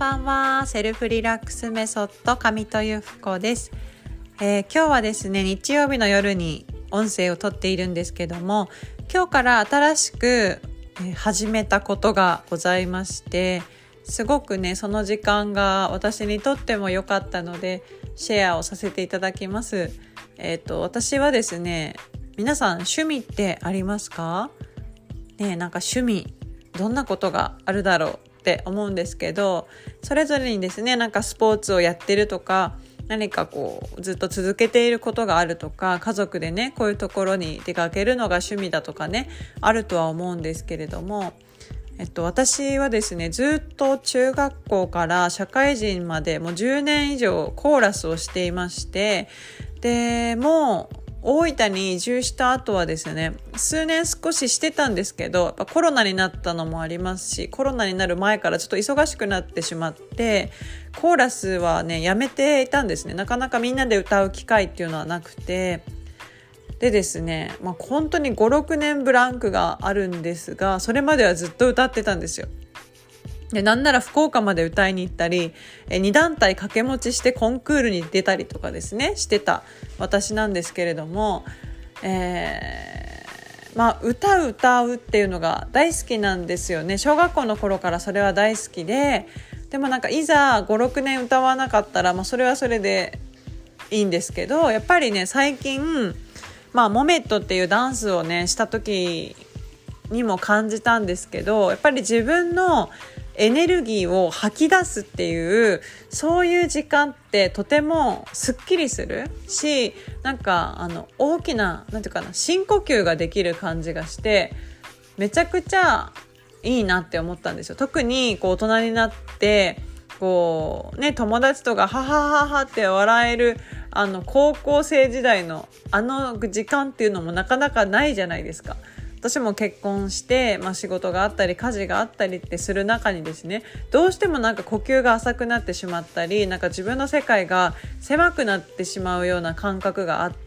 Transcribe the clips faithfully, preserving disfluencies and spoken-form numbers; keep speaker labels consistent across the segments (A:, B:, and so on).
A: ばんは。セルフリラックスメソッド上戸由布子です、えー、今日はですね日曜日の夜に音声を撮っているんですけども、今日から新しく始めたことがございまして、すごくねその時間が私にとっても良かったのでシェアをさせていただきます。えっと私はですね、皆さん趣味ってありますかね。なんか趣味どんなことがあるだろうって思うんですけど、それぞれにですねなんかスポーツをやってるとか、何かこうずっと続けていることがあるとか、家族でねこういうところに出かけるのが趣味だとかねあるとは思うんですけれども、えっと、私はですねずっと中学校から社会人までもうじゅうねん以上コーラスをしていまして、でもう大分に移住した後はですね数年少ししてたんですけど、やっぱコロナになったのもありますし、コロナになる前からちょっと忙しくなってしまって、コーラスはねやめていたんですね。なかなかみんなで歌う機会っていうのはなくて、でですね、まあ、本当にご、ろくねんブランクがあるんですが、それまではずっと歌ってたんですよ。でなんなら福岡まで歌いに行ったり、えに団体掛け持ちしてコンクールに出たりとかですねしてた私なんですけれども、えー、まあ歌う歌うっていうのが大好きなんですよね。小学校の頃からそれは大好きで、でもなんかいざご、ろくねん歌わなかったら、まあ、それはそれでいいんですけど、やっぱりね最近まあモメットっていうダンスをねした時にも感じたんですけど、やっぱり自分のエネルギーを吐き出すっていう、そういう時間ってとてもすっきりするし、なんかあの大きななんていうかな深呼吸ができる感じがして、めちゃくちゃいいなって思ったんですよ。特にこう大人になってこうね友達とかハハハハって笑えるあの高校生時代のあの時間っていうのもなかなかないじゃないですか。私も結婚して、まあ、仕事があったり家事があったりってする中にですね、どうしてもなんか呼吸が浅くなってしまったり、なんか自分の世界が狭くなってしまうような感覚があって、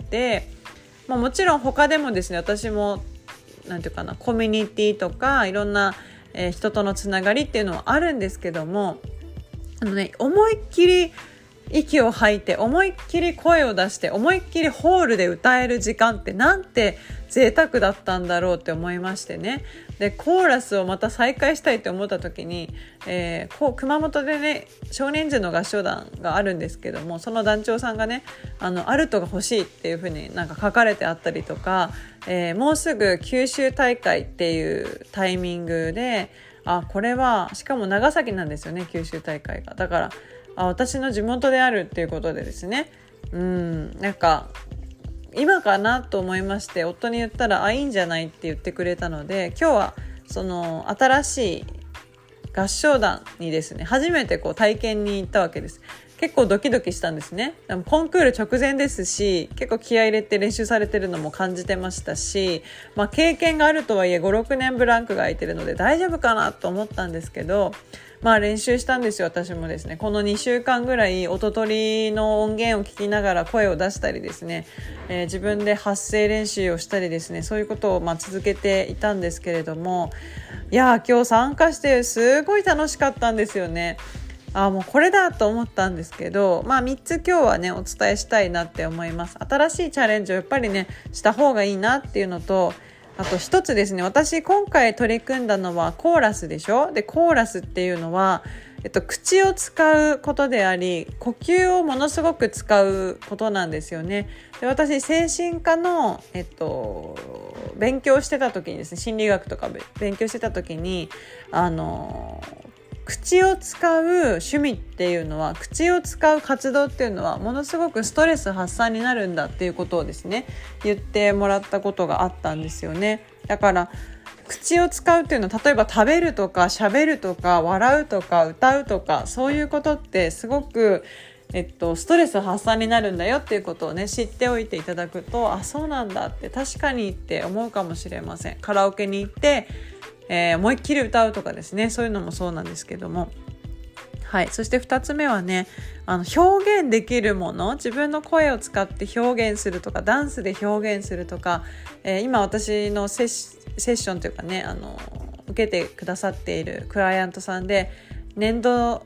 A: まあ、もちろん他でもですね、私もなんていうかなコミュニティとかいろんな、えー、人とのつながりっていうのはあるんですけども、あのね思いっきり息を吐いて思いっきり声を出して思いっきりホールで歌える時間ってなんて贅沢だったんだろうって思いましてね。でコーラスをまた再開したいって思った時に、えー、こう熊本でね少人数の合唱団があるんですけども、その団長さんがねあのアルトが欲しいっていう風になんか書かれてあったりとか、えー、もうすぐ九州大会っていうタイミングで、あこれはしかも長崎なんですよね、九州大会が。だからあ私の地元であるっていうことでですね、うんなんか今かなと思いまして、夫に言ったらあいいんじゃないって言ってくれたので、今日はその新しい合唱団にですね初めてこう体験に行ったわけです。結構ドキドキしたんですね。でもコンクール直前ですし、結構気合い入れて練習されてるのも感じてましたし、まあ、経験があるとはいえご、ろくねんブランクが空いてるので大丈夫かなと思ったんですけど、まあ練習したんですよ。私もですねこのにしゅうかんぐらい音取りの音源を聞きながら声を出したりですね、えー、自分で発声練習をしたりですね、そういうことをまあ続けていたんですけれども、いや今日参加してすごい楽しかったんですよね。あもうこれだと思ったんですけど、まあみっつ今日はねお伝えしたいなって思います。新しいチャレンジをやっぱりねした方がいいなっていうのと、あと一つですね、私今回取り組んだのはコーラスでしょ。でコーラスっていうのは、えっと、口を使うことであり呼吸をものすごく使うことなんですよね。で私精神科の、えっと、勉強してた時にですね、心理学とか勉強してた時にあの口を使う趣味っていうのは、口を使う活動っていうのはものすごくストレス発散になるんだっていうことをですね言ってもらったことがあったんですよね。だから口を使うっていうのは、例えば食べるとか喋るとか笑うとか歌うとか、そういうことってすごくえっと、ストレス発散になるんだよっていうことをね知っておいていただくと、あそうなんだって確かにって思うかもしれません。カラオケに行ってえー、思いっきり歌うとかですね、そういうのもそうなんですけども、はい、そしてふたつめはね、あの表現できるもの、自分の声を使って表現するとか、ダンスで表現するとか、えー、今私のセッシ、セッションというかね、あの受けてくださっているクライアントさんで年度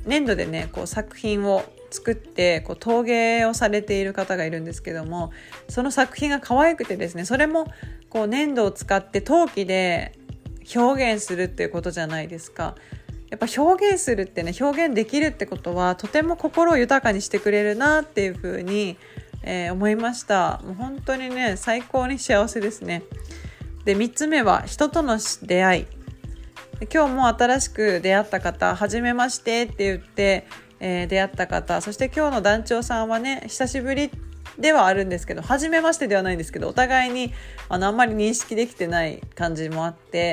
A: 粘土でねこう作品を作ってこう陶芸をされている方がいるんですけども、その作品が可愛くてですね、それもこう粘土を使って陶器で表現するっていうことじゃないですか。やっぱ表現するってね、表現できるってことはとても心を豊かにしてくれるなっていうふうに、えー、思いました。もう本当にね最高に幸せですね。でみっつめは人との出会い。今日も新しく出会った方、はじめましてって言って、えー、出会った方、そして今日の団長さんはね久しぶりではあるんですけど、はじめましてではないんですけど、お互いにあのあんまり認識できてない感じもあって、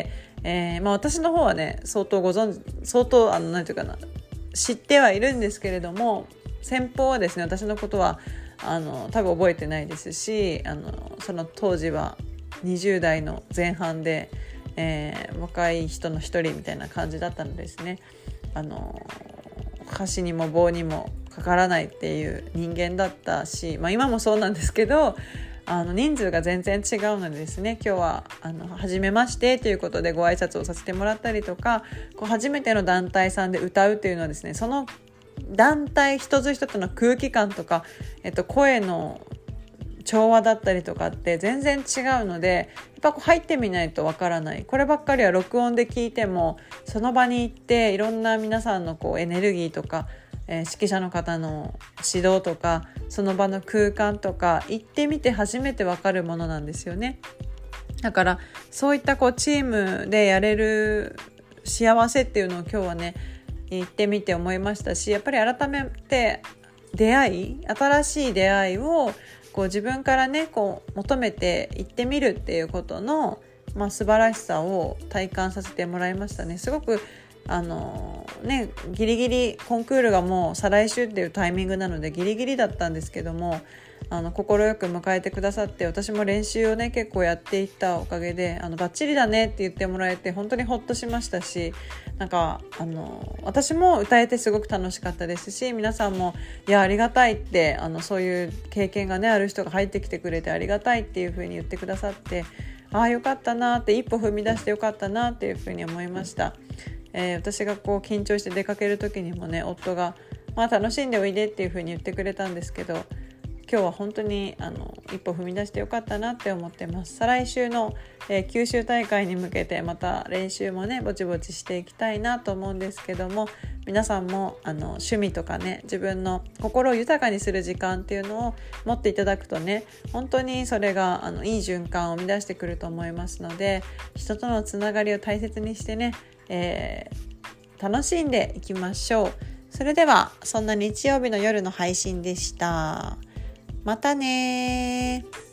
A: えーまあ、私の方はね相当ご存知相当あのなんていうかな知ってはいるんですけれども、先方はですね私のことはあの多分覚えてないですし、あのその当時はにじゅう代の前半で、えー、若い人の一人みたいな感じだったのですね。あの箸にも棒にもかからないっていう人間だったし、まあ、今もそうなんですけど、あの人数が全然違うのでですね、今日はあの初めましてということでご挨拶をさせてもらったりとか、こう初めての団体さんで歌うというのはですね、その団体一つ一つの空気感とか、えっと、声の調和だったりとかって全然違うので、やっぱこう入ってみないとわからない。こればっかりは録音で聞いても、その場に行っていろんな皆さんのこうエネルギーとか、えー、指揮者の方の指導とか、その場の空間とか行ってみて初めてわかるものなんですよね。だからそういったこうチームでやれる幸せっていうのを今日はね行ってみて思いましたし、やっぱり改めて出会い新しい出会いをこう自分からねこう求めて行ってみるっていうことの、まあ、素晴らしさを体感させてもらいましたね。すごくあのねギリギリコンクールがもう再来週っていうタイミングなのでギリギリだったんですけども、あの快く迎えてくださって、私も練習をね結構やっていったおかげであのバッチリだねって言ってもらえて本当にほっとしましたし、なんかあの私も歌えてすごく楽しかったですし、皆さんもいやありがたいって、あのそういう経験がねある人が入ってきてくれてありがたいっていう風に言ってくださって、ああよかったなって、一歩踏み出してよかったなっていう風に思いました。えー、私がこう緊張して出かける時にもね夫が、まあ、楽しんでおいでっていう風に言ってくれたんですけど、今日は本当にあの一歩踏み出してよかったなって思ってます。再来週の、えー、九州大会に向けてまた練習もねぼちぼちしていきたいなと思うんですけども、皆さんもあの趣味とかね自分の心を豊かにする時間っていうのを持っていただくとね、本当にそれがあのいい循環を生み出してくると思いますので、人とのつながりを大切にしてね、えー、楽しんでいきましょう。それではそんな日曜日の夜の配信でした。またね。